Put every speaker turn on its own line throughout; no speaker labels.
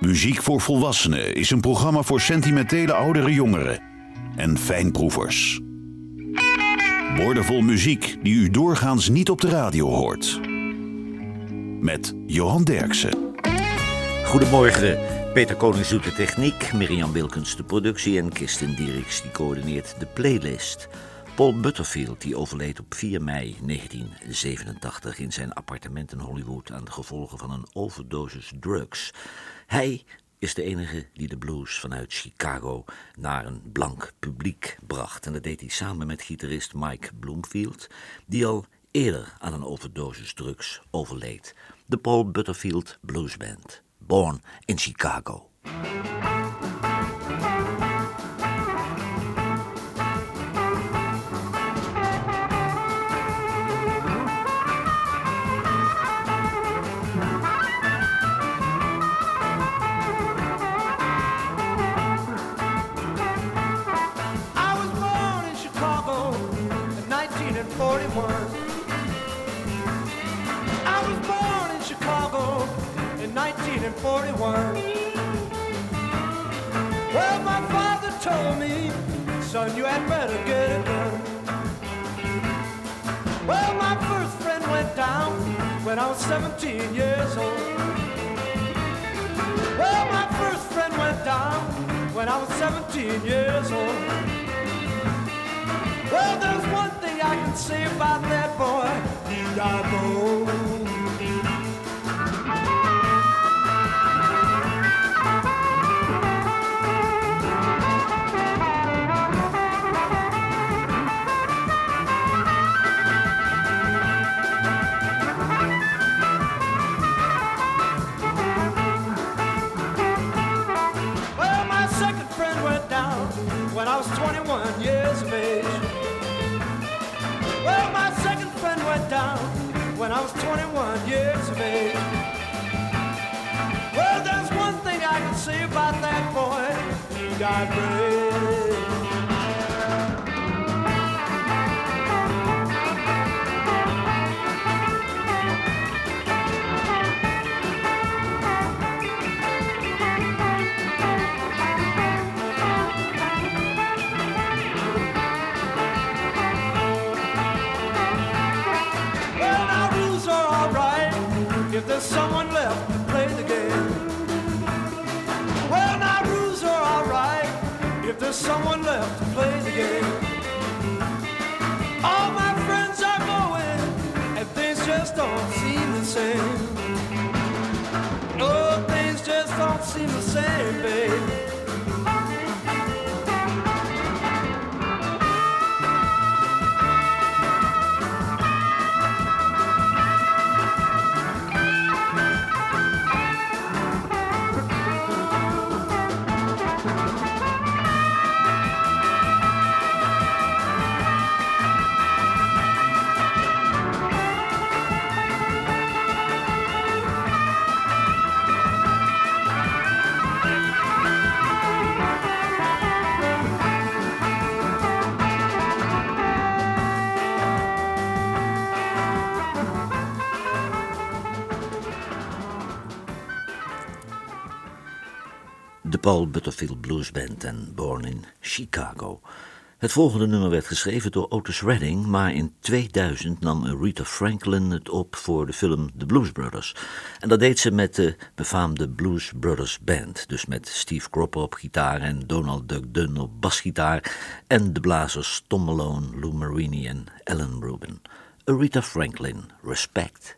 Muziek voor Volwassenen is een programma voor sentimentele oudere jongeren en fijnproevers. Woordenvol muziek die u doorgaans niet op de radio hoort. Met Johan Derksen.
Goedemorgen. Peter Konings doet de techniek, Mirjam Wilkens de productie en Kirsten Dieriks die coördineert de playlist. Paul Butterfield die overleed op 4 mei 1987 in zijn appartement in Hollywood aan de gevolgen van een overdosis drugs. Hij is de enige die de blues vanuit Chicago naar een blank publiek bracht. En dat deed hij samen met gitarist Mike Bloomfield, die al eerder aan een overdosis drugs overleed. De Paul Butterfield Blues Band, Born in Chicago.
Well, my father told me, son, you had better get it done. Well, my first friend went down when I was 17 years old. Well, my first friend went down when I was 17 years old. Well, there's one thing I can say about that boy, he died bold. When I was 21 years of age. Well, my second friend went down when I was 21 years of age. Well, there's one thing I can say about that boy, he died brave. If there's someone left to play the game. Well, now rules are alright if there's someone left to play the game. All my friends are going and things just don't seem the same. No, things just don't seem the same, babe.
De Paul Butterfield Blues Band en Born in Chicago. Het volgende nummer werd geschreven door Otis Redding, maar in 2000 nam Aretha Franklin het op voor de film The Blues Brothers. En dat deed ze met de befaamde Blues Brothers Band, dus met Steve Cropper op gitaar en Donald Duck Dunn op basgitaar en de blazers Tom Malone, Lou Marini en Alan Rubin. Aretha Franklin, Respect.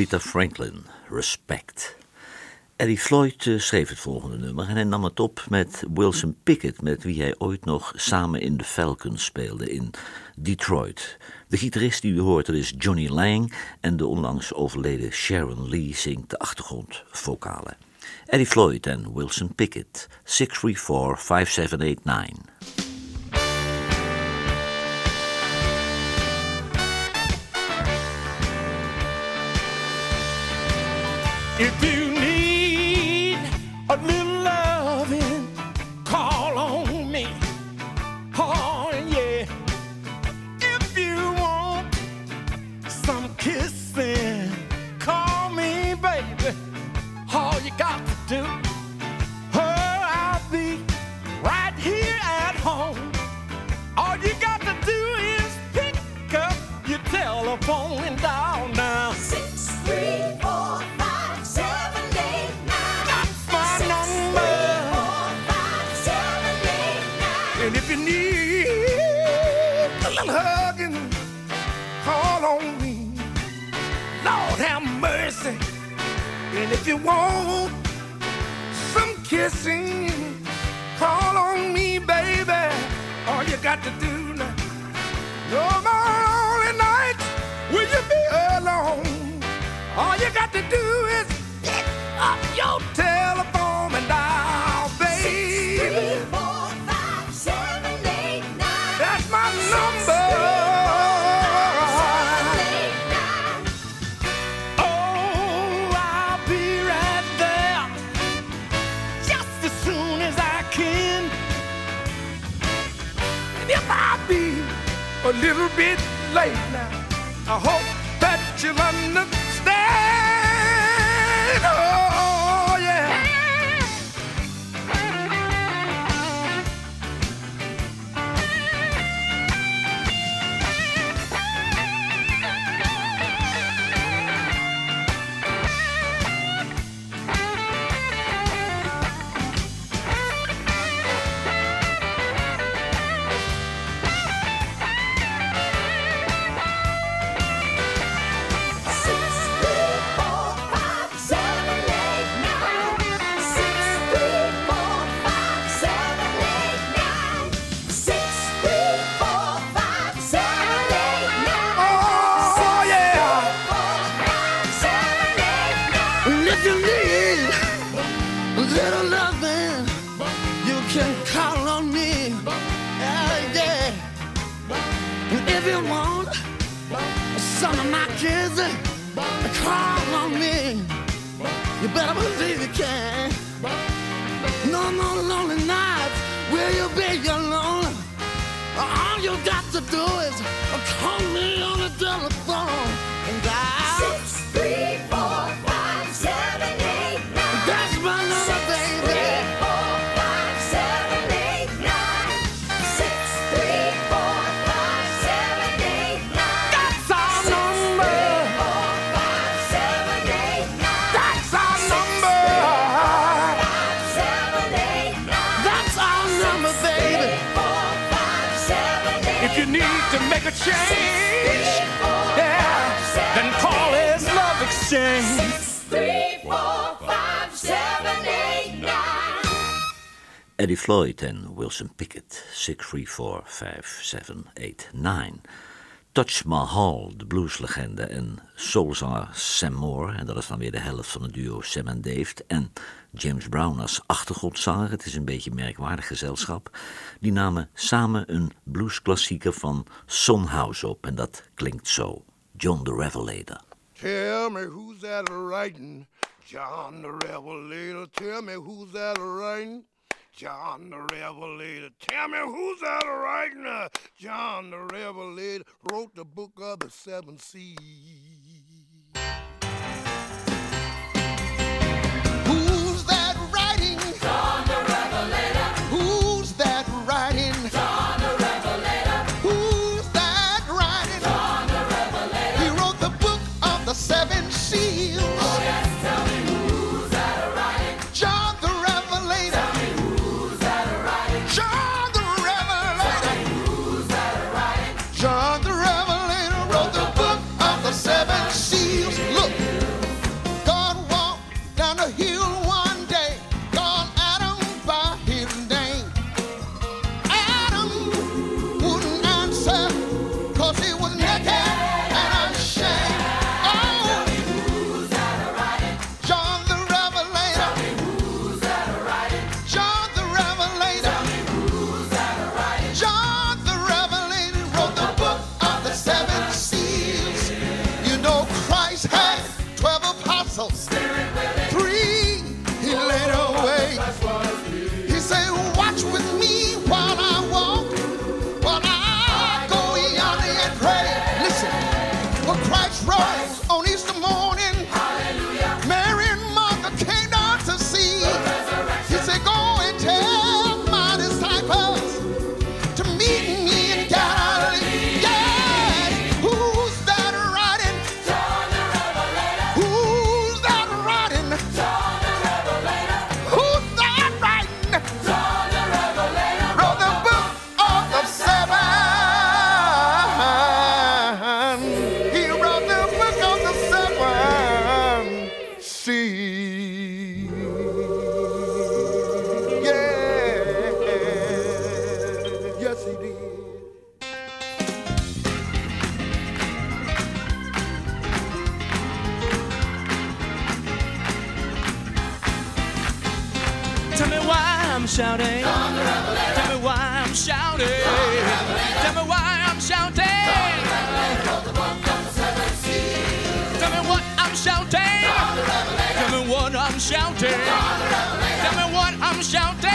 Aretha Franklin, Respect. Eddie Floyd schreef het volgende nummer en hij nam het op met Wilson Pickett, met wie hij ooit nog samen in de Falcons speelde in Detroit. De gitarist die u hoort, dat is Johnny Lang en de onlangs overleden Sharon Lee zingt de achtergrondvokalen. Eddie Floyd en Wilson Pickett, 634-5789.
If you need a little loving, call on me. Oh, yeah. If you want some kissing, call me, baby. All you got to do, I'll be right here at home. All you got to do is pick up your telephone and dial now.
634-5789.
That's my number.
634-5789.
And if you need a little hugging, call on me. Lord have mercy. And if you want some kissing, call on me, baby. All you got to do now. No more lonely nights will you be alone. All you got to do is pick up your telephone and dial, baby.
634-5789.
That's my number.
634-5789.
Oh, I'll be right there just as soon as I can. And if I be a little bit late now, I hope that you'll understand. Oh, yeah. If you need a little loving, you can call on me. Yeah. And if you want some of my kisses, call on me. You better believe you can. No more lonely nights will you be alone. All you got to do is call me on the telephone and dial
634-5789.
That's my number, baby.
634-5789. 634-5789.
That's our number.
634-5789.
That's our number.
634-5789.
That's our number, baby.
634-5789.
If you need to make a change, yeah, then call his Love Exchange.
634-5789.
Eddie Floyd en Wilson Pickett, 634-5789. Taj Mahal, de blueslegende, en soulzanger Sam Moore, en dat is dan weer de helft van het duo Sam en Dave, en James Brown als achtergrondzanger, het is een beetje een merkwaardig gezelschap, die namen samen een bluesklassieker van Son House op, en dat klinkt zo, John the Revelator.
Tell me who's that writing? John the Revelator. Tell me who's that writing? John the Revelator. Tell me who's that writing? John the Revelator wrote the book of the seven seas. Who's that writing?
John the Revelator.
Who's that writing?
John the Revelator.
Who's that writing?
John the Revelator.
He wrote the book of the seven seals.
Oh yes, tell me who's that writing?
John the Revelator.
Tell me who's that writing?
John the Revelator.
Who's that writing?
John the Revelator wrote the book of the seven
Tell me why I'm shouting. Tell me why I'm shouting. Tell me why I'm shouting. Tell me what I'm shouting. Tell me what I'm shouting. Tell me what I'm shouting.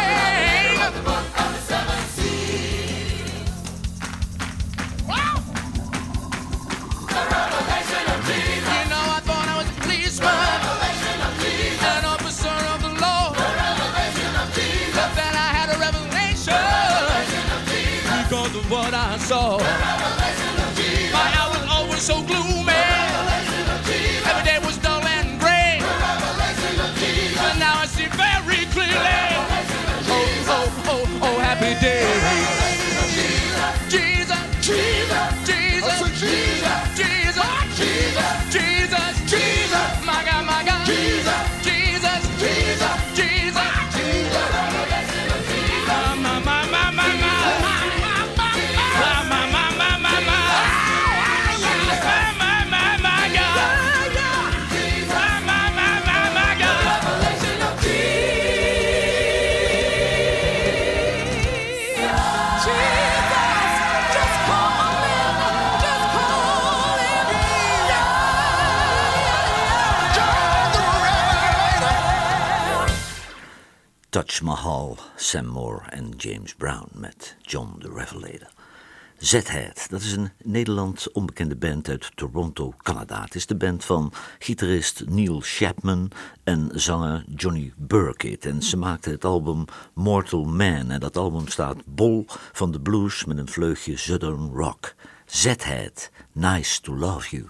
You know, I thought I was a policeman, an officer of the law. But then I had a revelation because of what I saw. My eye was always so gloomy. Every day was dull and gray. But now I see very clearly. Oh, oh, oh, oh, happy day. Jesus, Jesus, Jesus, Jesus, Jesus, Jesus, Jesus, my God, my God, Jesus, Jesus, Jesus, Jesus, Jesus, my, my, my, my, my,
Touch Mahal, Sam Moore en James Brown met John the Revelator. Z-Head, dat is een Nederland onbekende band uit Toronto, Canada. Het is de band van gitarist Neil Chapman en zanger Johnny Burkett. En ze maakten het album Mortal Man. En dat album staat bol van de blues met een vleugje Southern rock. Z-Head, Nice to Love You.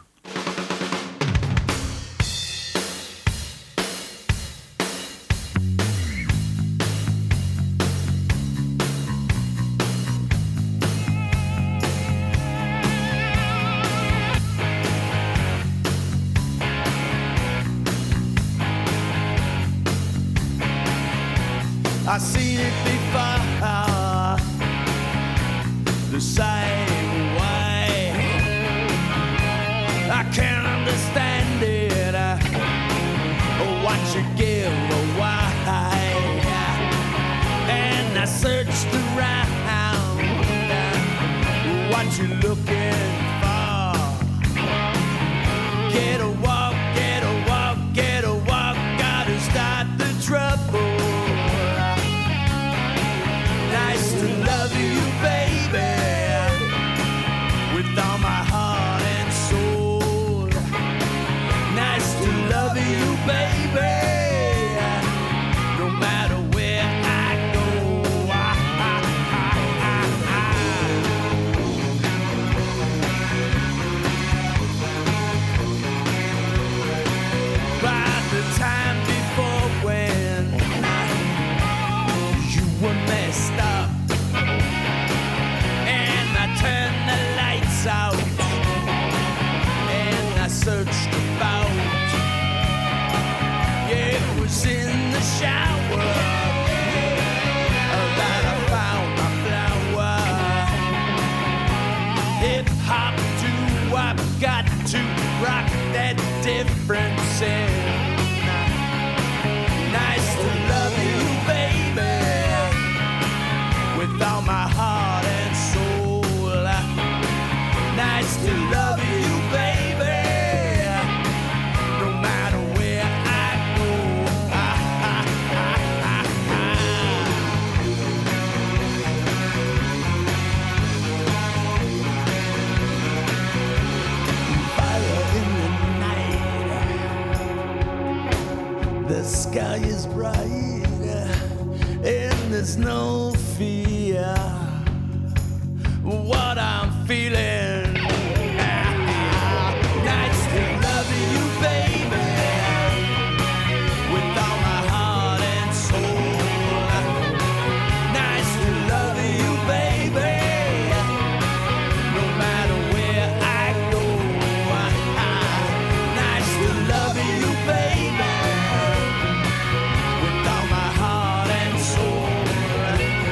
I seen it before, the same way. I can't understand it, what you give away. And I searched around, what you looking for? Get a walk, get a walk, get a walk, gotta start the trouble. Nice to love you, baby, with all my heart and soul. Nice to love you, baby, no matter where I go. By the time before when you were messed up and I turned the lights out and I searched about. Yeah, it was in the shower that I found my flower. Hip hop to I've got to rock that difference in. Nice to love you, baby, with all my heart and soul. Nice to love you, baby, no matter where I go. Fire in the night, the sky is bright, and there's no fear. What I'm feeling. Nice to love you, baby, with all my heart and soul. Nice to love you, baby, no matter where I go. Nice to love you, baby, with all my heart and soul.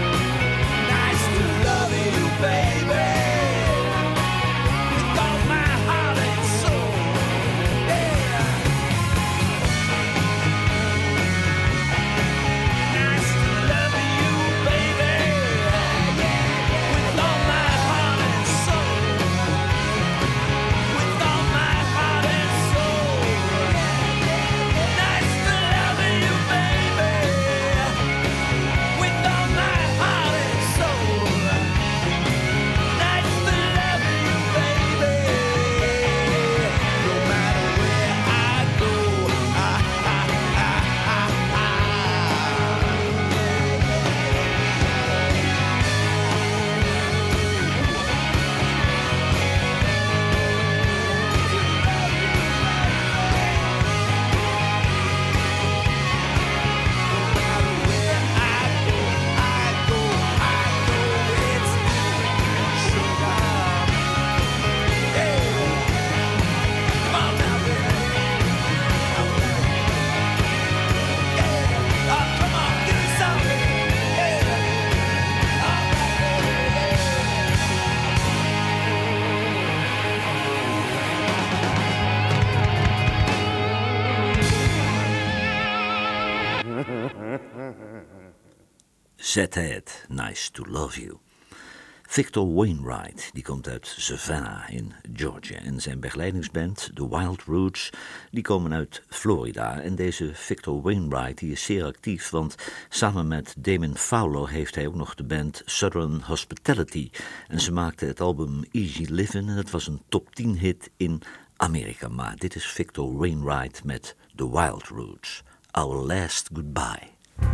Zet hij het, Nice to Love You. Victor Wainwright, die komt uit Savannah in Georgia. En zijn begeleidingsband, The Wild Roots, die komen uit Florida. En deze Victor Wainwright die is zeer actief, want samen met Damon Fowler heeft hij ook nog de band Southern Hospitality. En ze maakten het album Easy Livin' en het was een top 10 hit in Amerika. Maar dit is Victor Wainwright met The Wild Roots. Our Last Goodbye.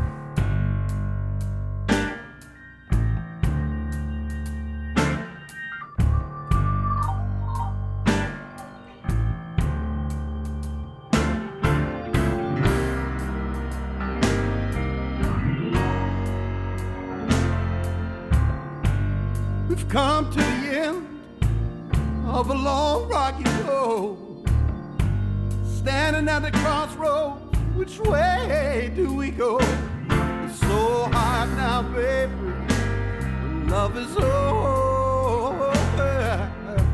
We've come to the end of a long rocky road, standing at the crossroads. Which way do we go? It's so hard now, baby. Love is over.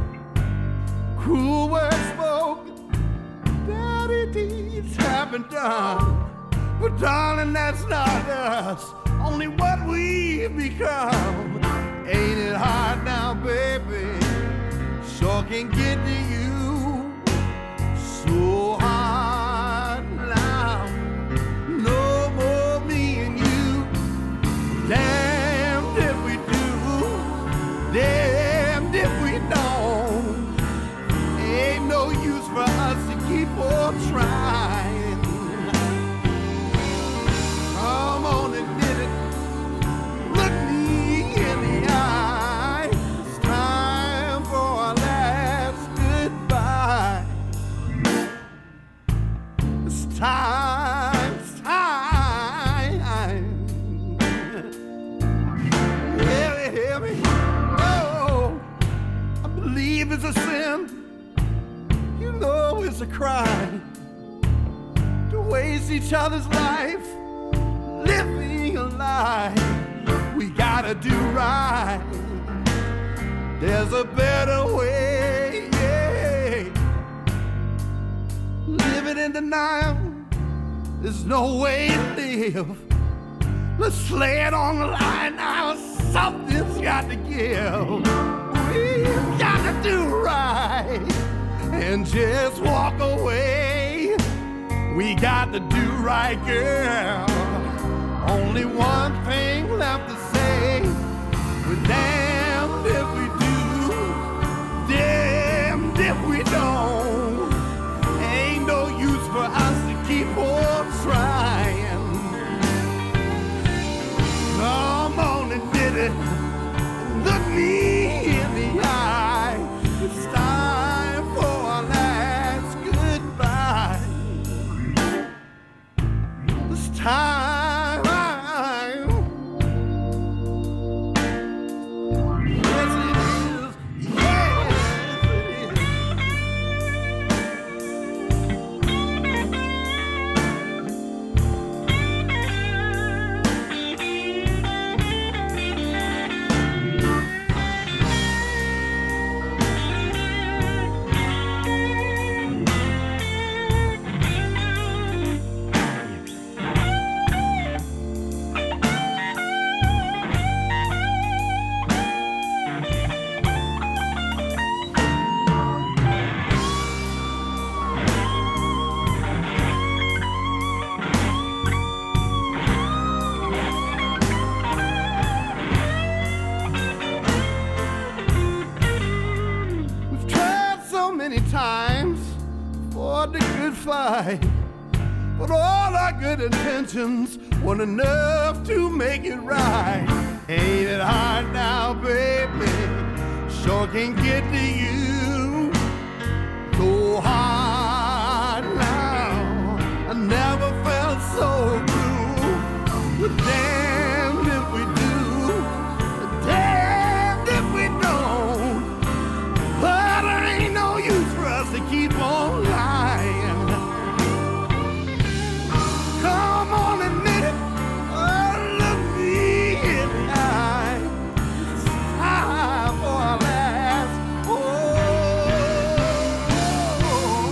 Cruel words spoken, dirty deeds have been done. But darling, that's not us, only what we become. Ain't it hard now, baby? Sure can get to you. So hard now. No more me and you. Damned if we do. Damned if we don't. Ain't no use for us to keep on trying. Come on and get it. Look me in the eye. It's time for our last goodbye. It's time, it's time. Hear me. Oh, I believe it's a sin. You know it's a crime to waste each other's life, living a lie. We gotta do right. There's a better way. Yeah. Living in denial, there's no way to live. Let's lay it on the line now. Something's got to give. We've got to do right and just walk away. We got to do right, girl. Only one thing left to say. We're damned if we do, damned if we don't. Ain't no use for us to keep on trying. Come on and get it. Look me in the eye. It's time for our last goodbye. It's time. Yes, it is. Yes, it is. We've tried so many times for the good fight, but all our good intentions weren't enough to make it right. Ain't it hard now, baby? Sure can get to you. So hard now. I never felt so blue. We're damned if we do, damned if we don't. But there ain't no use for us to keep on lying. Come on, admit it. Oh, look me in the eye. It's time for our last. Oh,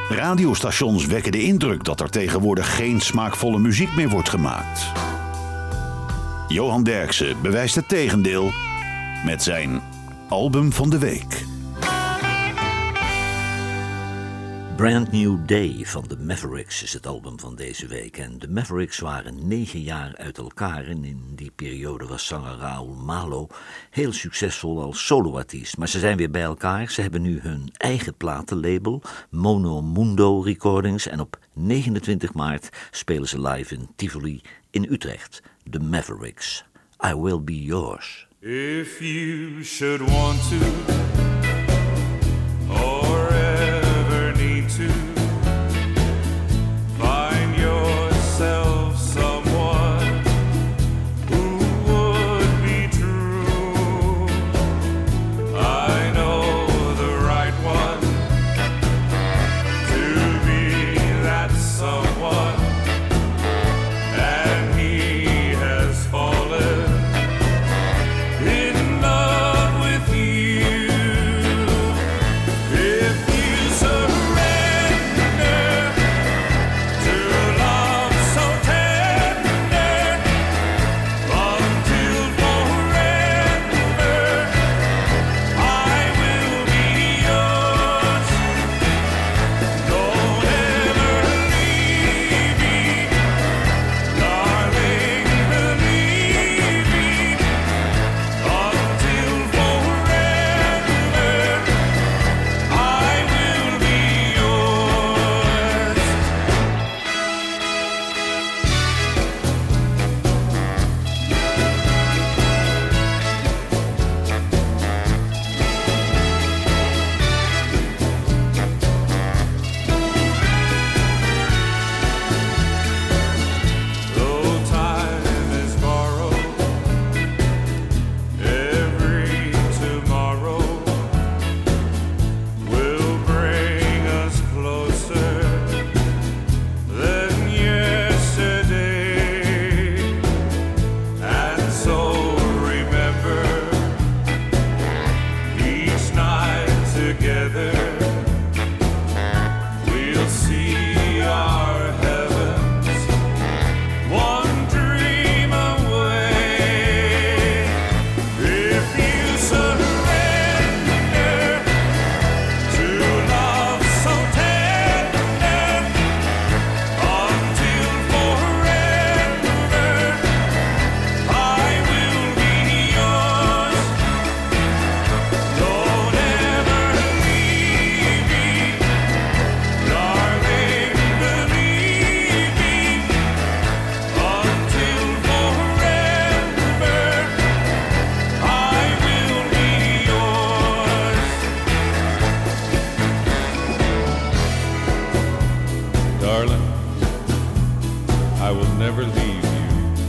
Radiostations wekken de indruk dat er tegenwoordig geen smaakvolle muziek meer wordt gemaakt. Johan Derksen bewijst het tegendeel met zijn album van de week.
Brand New Day van de Mavericks is het album van deze week. En de Mavericks waren 9 jaar uit elkaar en in die periode was zanger Raúl Malo heel succesvol als soloartiest. Maar ze zijn weer bij elkaar. Ze hebben nu hun eigen platenlabel, Mono Mundo Recordings. En op 29 maart spelen ze live in Tivoli in Utrecht. De Mavericks. I Will Be Yours.
If you should want to or ever need to find yourself someone who would be true, I know the right one to be that someone, and he has fallen in love with you. If you surrender to love so tender until forever, I will be yours. Don't ever leave me, darling, believe me. Until forever, I will be yours. Though time is borrowed, every tomorrow will bring us closer than yesterday. And so remember, each night together we'll see our heavens one dream away. If you surrender to love so tender until forever, I will be yours. Don't ever leave me, darling, believe me. Until forever, I will be yours. Darling, I will never leave you.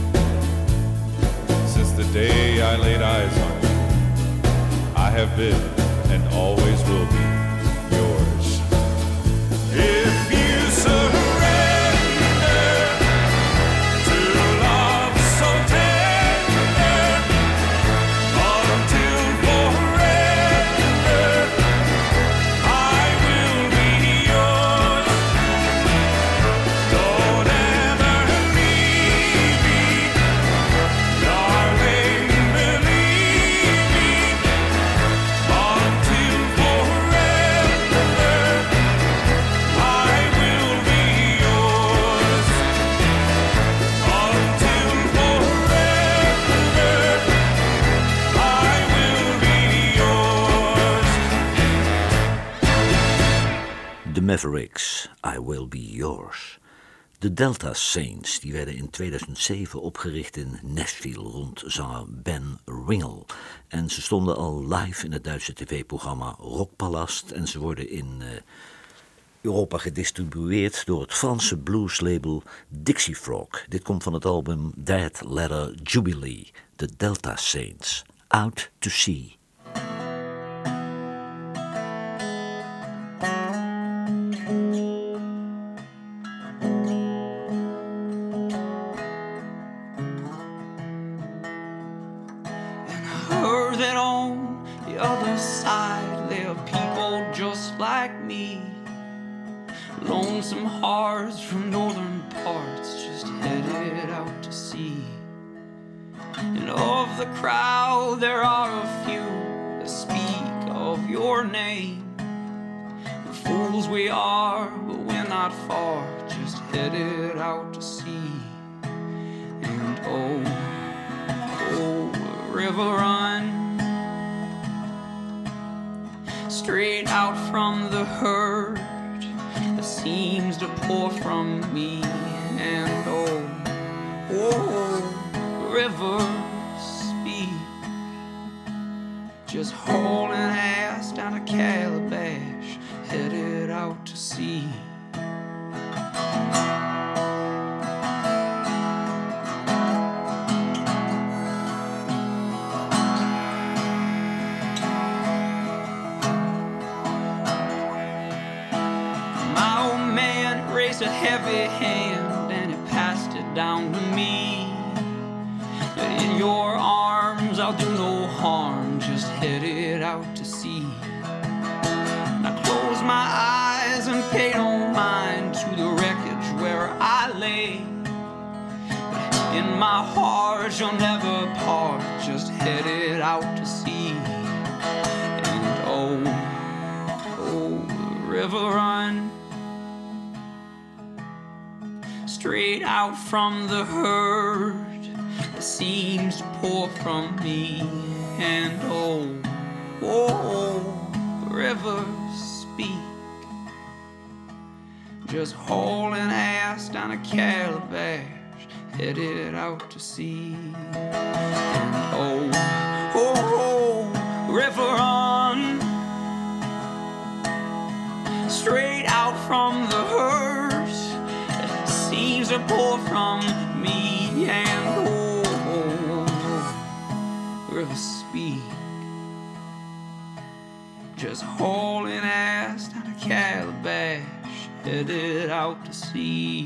Since the day I laid eyes on you, I have been and always will be yours. If you surrender to love so tender until forever, I will be yours. Don't ever leave me, darling, believe me. Until forever, I will be yours. Until forever, I will be yours.
The Mavericks, I Will Be Yours. De Delta Saints die werden in 2007 opgericht in Nashville rond zanger Ben Ringel. En ze stonden al live in het Duitse tv-programma Rockpalast. En ze worden in Europa gedistribueerd door het Franse blueslabel Dixie Frog. Dit komt van het album Dead Letter Jubilee. De Delta Saints, Out to Sea.
Heard that on the other side there are people just like me. Lonesome hearts from northern parts just headed out to sea. And of the crowd there are a few that speak of your name. The fools we are, but we're not far, just headed out to sea. And oh, river run straight out from the herd that seems to pour from me. And oh, river speak, just hauling ass down a calabash, headed out to sea. A heavy hand and it passed it down to me. But in your arms I'll do no harm, just headed out to sea. I close my eyes and pay no mind to the wreckage where I lay. But in my heart you'll never part, just headed out to sea. And oh, the river run straight out from the herd that seems to pour from me. And oh, rivers speak, just hauling ass down a calabash, headed out to sea. And oh, river run straight out from the herd seems to pour from me. And oh, river speak, just hauling ass down a calabash, headed out to sea.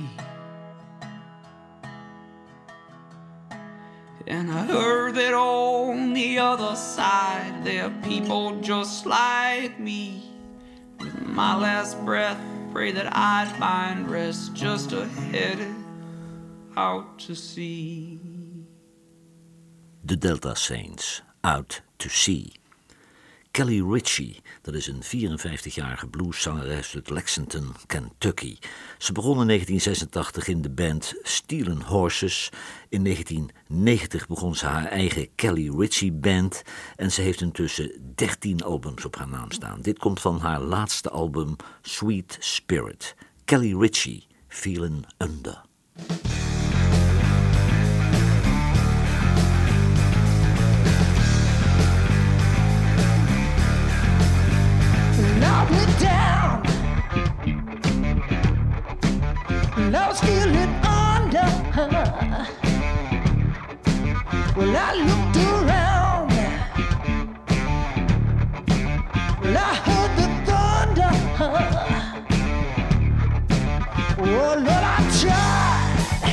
And I heard that on the other side there are people just like me. With my last breath, pray that I'd find rest, just headed out to sea.
De Delta Saints, Out to Sea. Kelly Ritchie, dat is een 54-jarige blueszangeres uit Lexington, Kentucky. Ze begon in 1986 in de band Stealin' Horses. In 1990 begon ze haar eigen Kelly Ritchie Band en ze heeft intussen 13 albums op haar naam staan. Dit komt van haar laatste album Sweet Spirit. Kelly Ritchie, Feelin' Under.
Knock me down, and I was feeling under. Well, I looked around, well, I heard the thunder. Oh, Lord, I tried,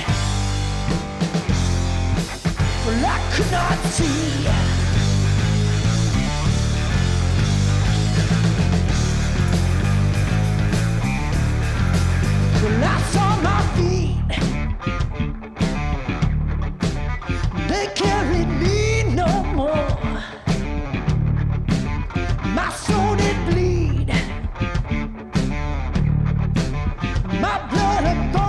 well, I could not see. When I saw my feet, they carried me no more. My soul did bleed, my blood had gone.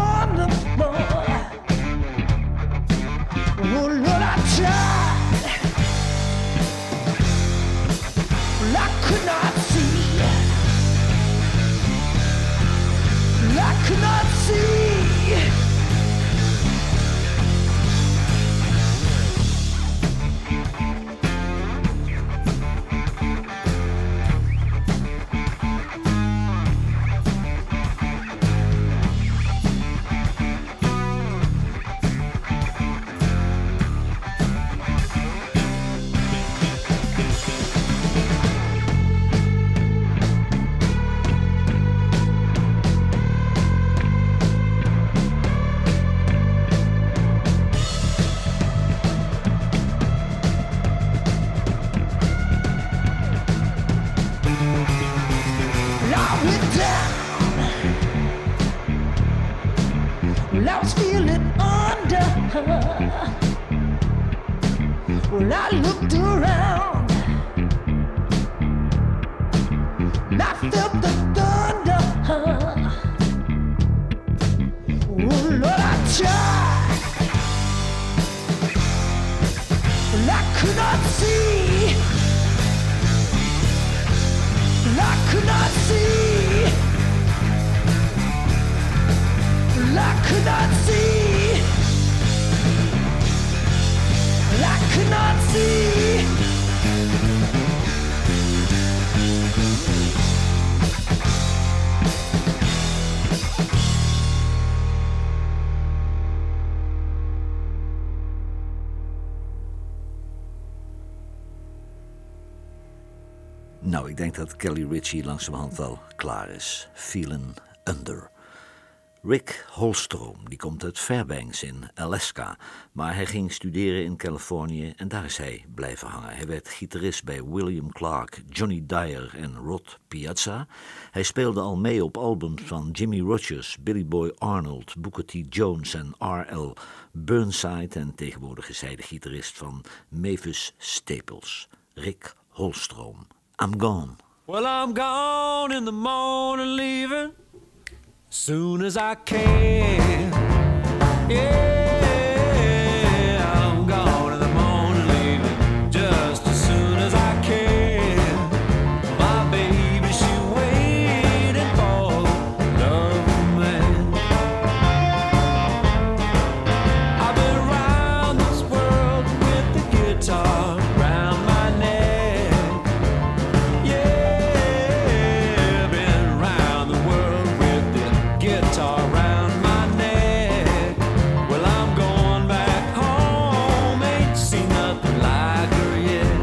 When I looked around, and I felt the thunder. Oh Lord, I tried, and I could not see. And I could not see. And I could not see. And I could not see.
Nou, ik denk dat Kelly Ritchie langzamerhand wel klaar is. Feelin' Under. Rick Holstroom, die komt uit Fairbanks in Alaska, maar hij ging studeren in Californië en daar is hij blijven hangen. Hij werd gitarist bij William Clark, Johnny Dyer en Rod Piazza. Hij speelde al mee op albums van Jimmy Rogers, Billy Boy Arnold, Booker T. Jones en R.L. Burnside en tegenwoordig is hij de gitarist van Mavis Staples. Rick Holstroom. I'm gone.
Well, I'm gone in the morning, leaving soon as I can. Yeah, I'm gone in the morning, leaving just as soon as I can. My baby, she waiting for love man. I've been around this world with the guitar around my neck. Yeah, been around the world with the guitar around my neck. Well, I'm going back home, ain't seen nothing like her yet.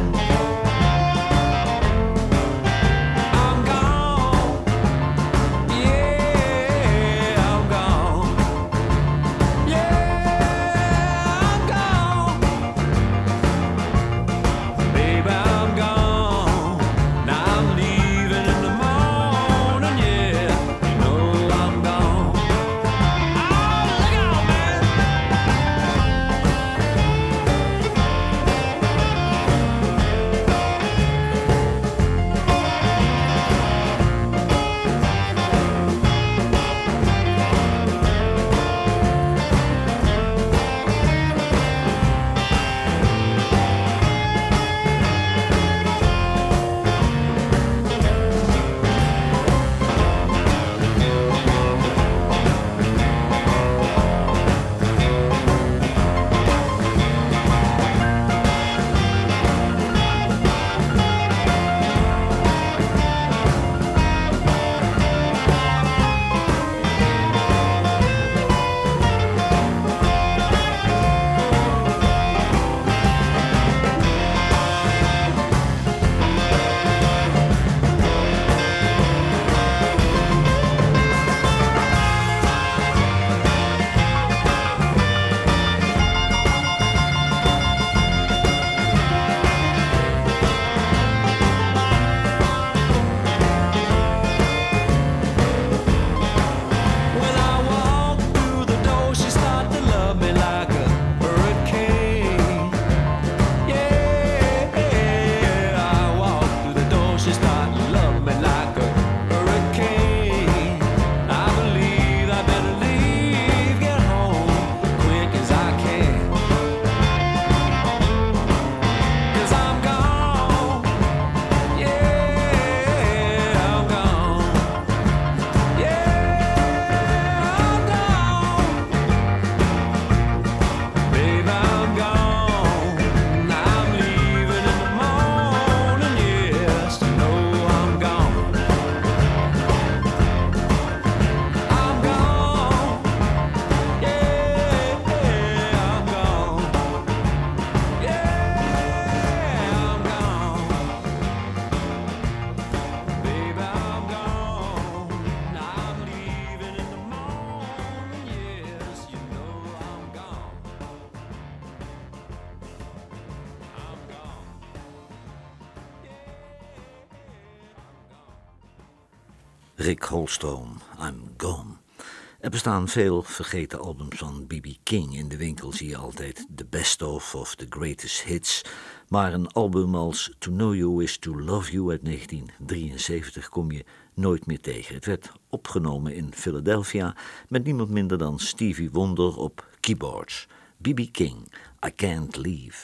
I'm gone, yeah, I'm gone, yeah, I'm gone, baby, I'm gone. Now I'm leaving in the morning, yeah, you know I'm gone. Oh, look out, man. When I walk through the door, she start to love me like a hurricane. Yeah, I walk through the door, she start to love me like a hurricane. I believe I better leave, get home quick as I can. 'Cause I'm gone, yeah, I'm gone. Yeah, I'm gone, baby, I'm gone. I'm leaving in the morning, yes, you know I'm gone. I'm gone, yeah, I'm gone. Yeah, I'm gone, baby, I'm gone. I'm leaving in the morning, yes, you know I'm gone. I'm gone.
Rick Holstroom, I'm gone. Er bestaan veel vergeten albums van B.B. King. In de winkel zie je altijd the best of the greatest hits. Maar een album als To Know You Is To Love You uit 1973 kom je nooit meer tegen. Het werd opgenomen in Philadelphia met niemand minder dan Stevie Wonder op keyboards. B.B. King, I Can't Leave.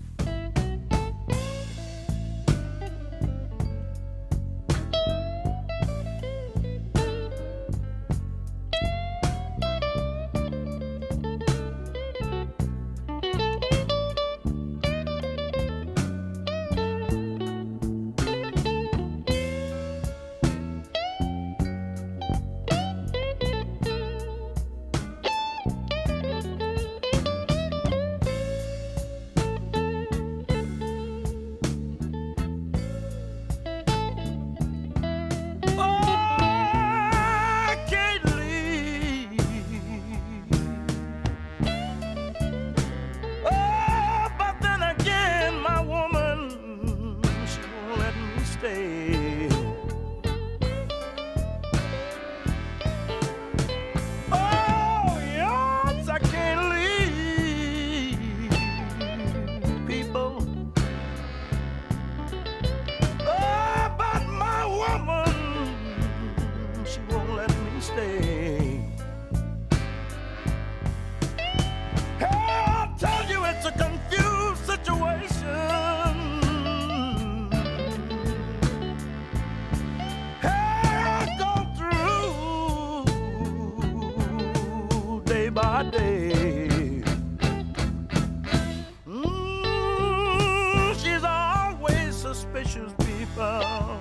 She's always suspicious, people.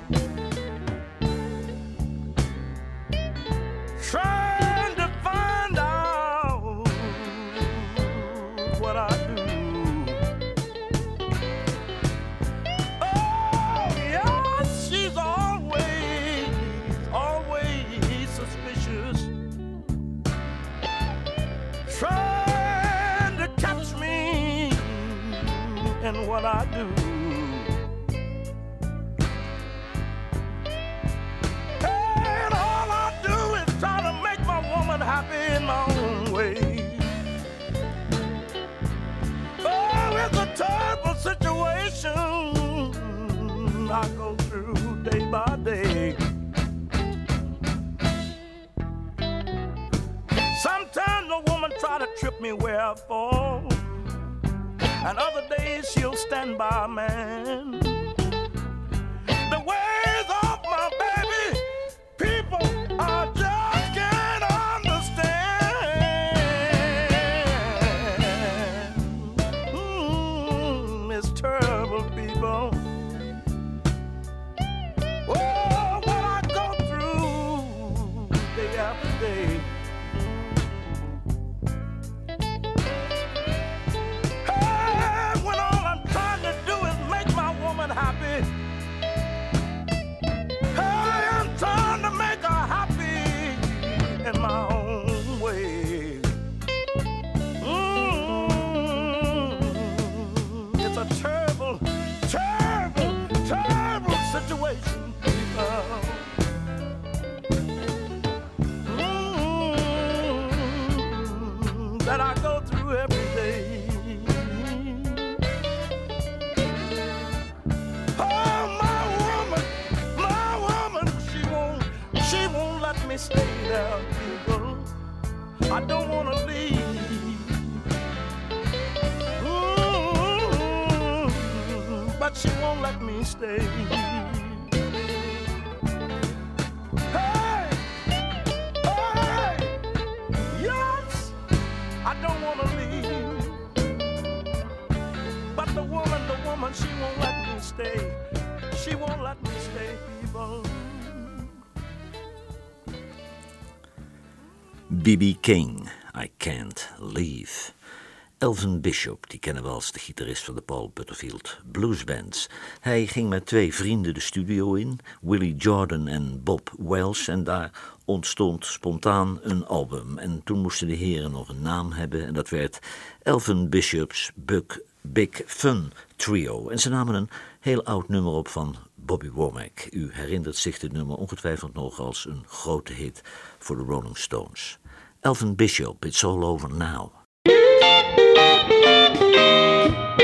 Trying to find out what I do. Oh, yes, she's always suspicious. Trying to catch me in what I do. And all I do is try to make my woman happy in my own way. Oh, it's a terrible situation I go through day by day. Sometimes a woman try to trip me where I fall, and other days she'll stand by a man. The ways of my baby, people, I just can't understand. It's terrible, people. Oh, what I go through day after day. Happy. Hey, I'm trying to make her happy in my own way. It's a terrible, terrible, terrible situation, people. That I go through every day. Me stay there, people. I don't want to leave. But she won't let me stay. Hey, hey, yes, I don't want to leave. But the woman, she won't let me stay. She won't let me stay, people.
B.B. King, I Can't Leave. Elvin Bishop, die kennen we als de gitarist van de Paul Butterfield Blues Bands. Hij ging met 2 vrienden de studio in, Willie Jordan en Bob Welch, en daar ontstond spontaan een album. En toen moesten de heren nog een naam hebben en dat werd Elvin Bishop's Big Fun Trio. En ze namen een heel oud nummer op van Bobby Womack. U herinnert zich dit nummer ongetwijfeld nog als een grote hit voor de Rolling Stones. Elvin Bishop, It's All Over Now.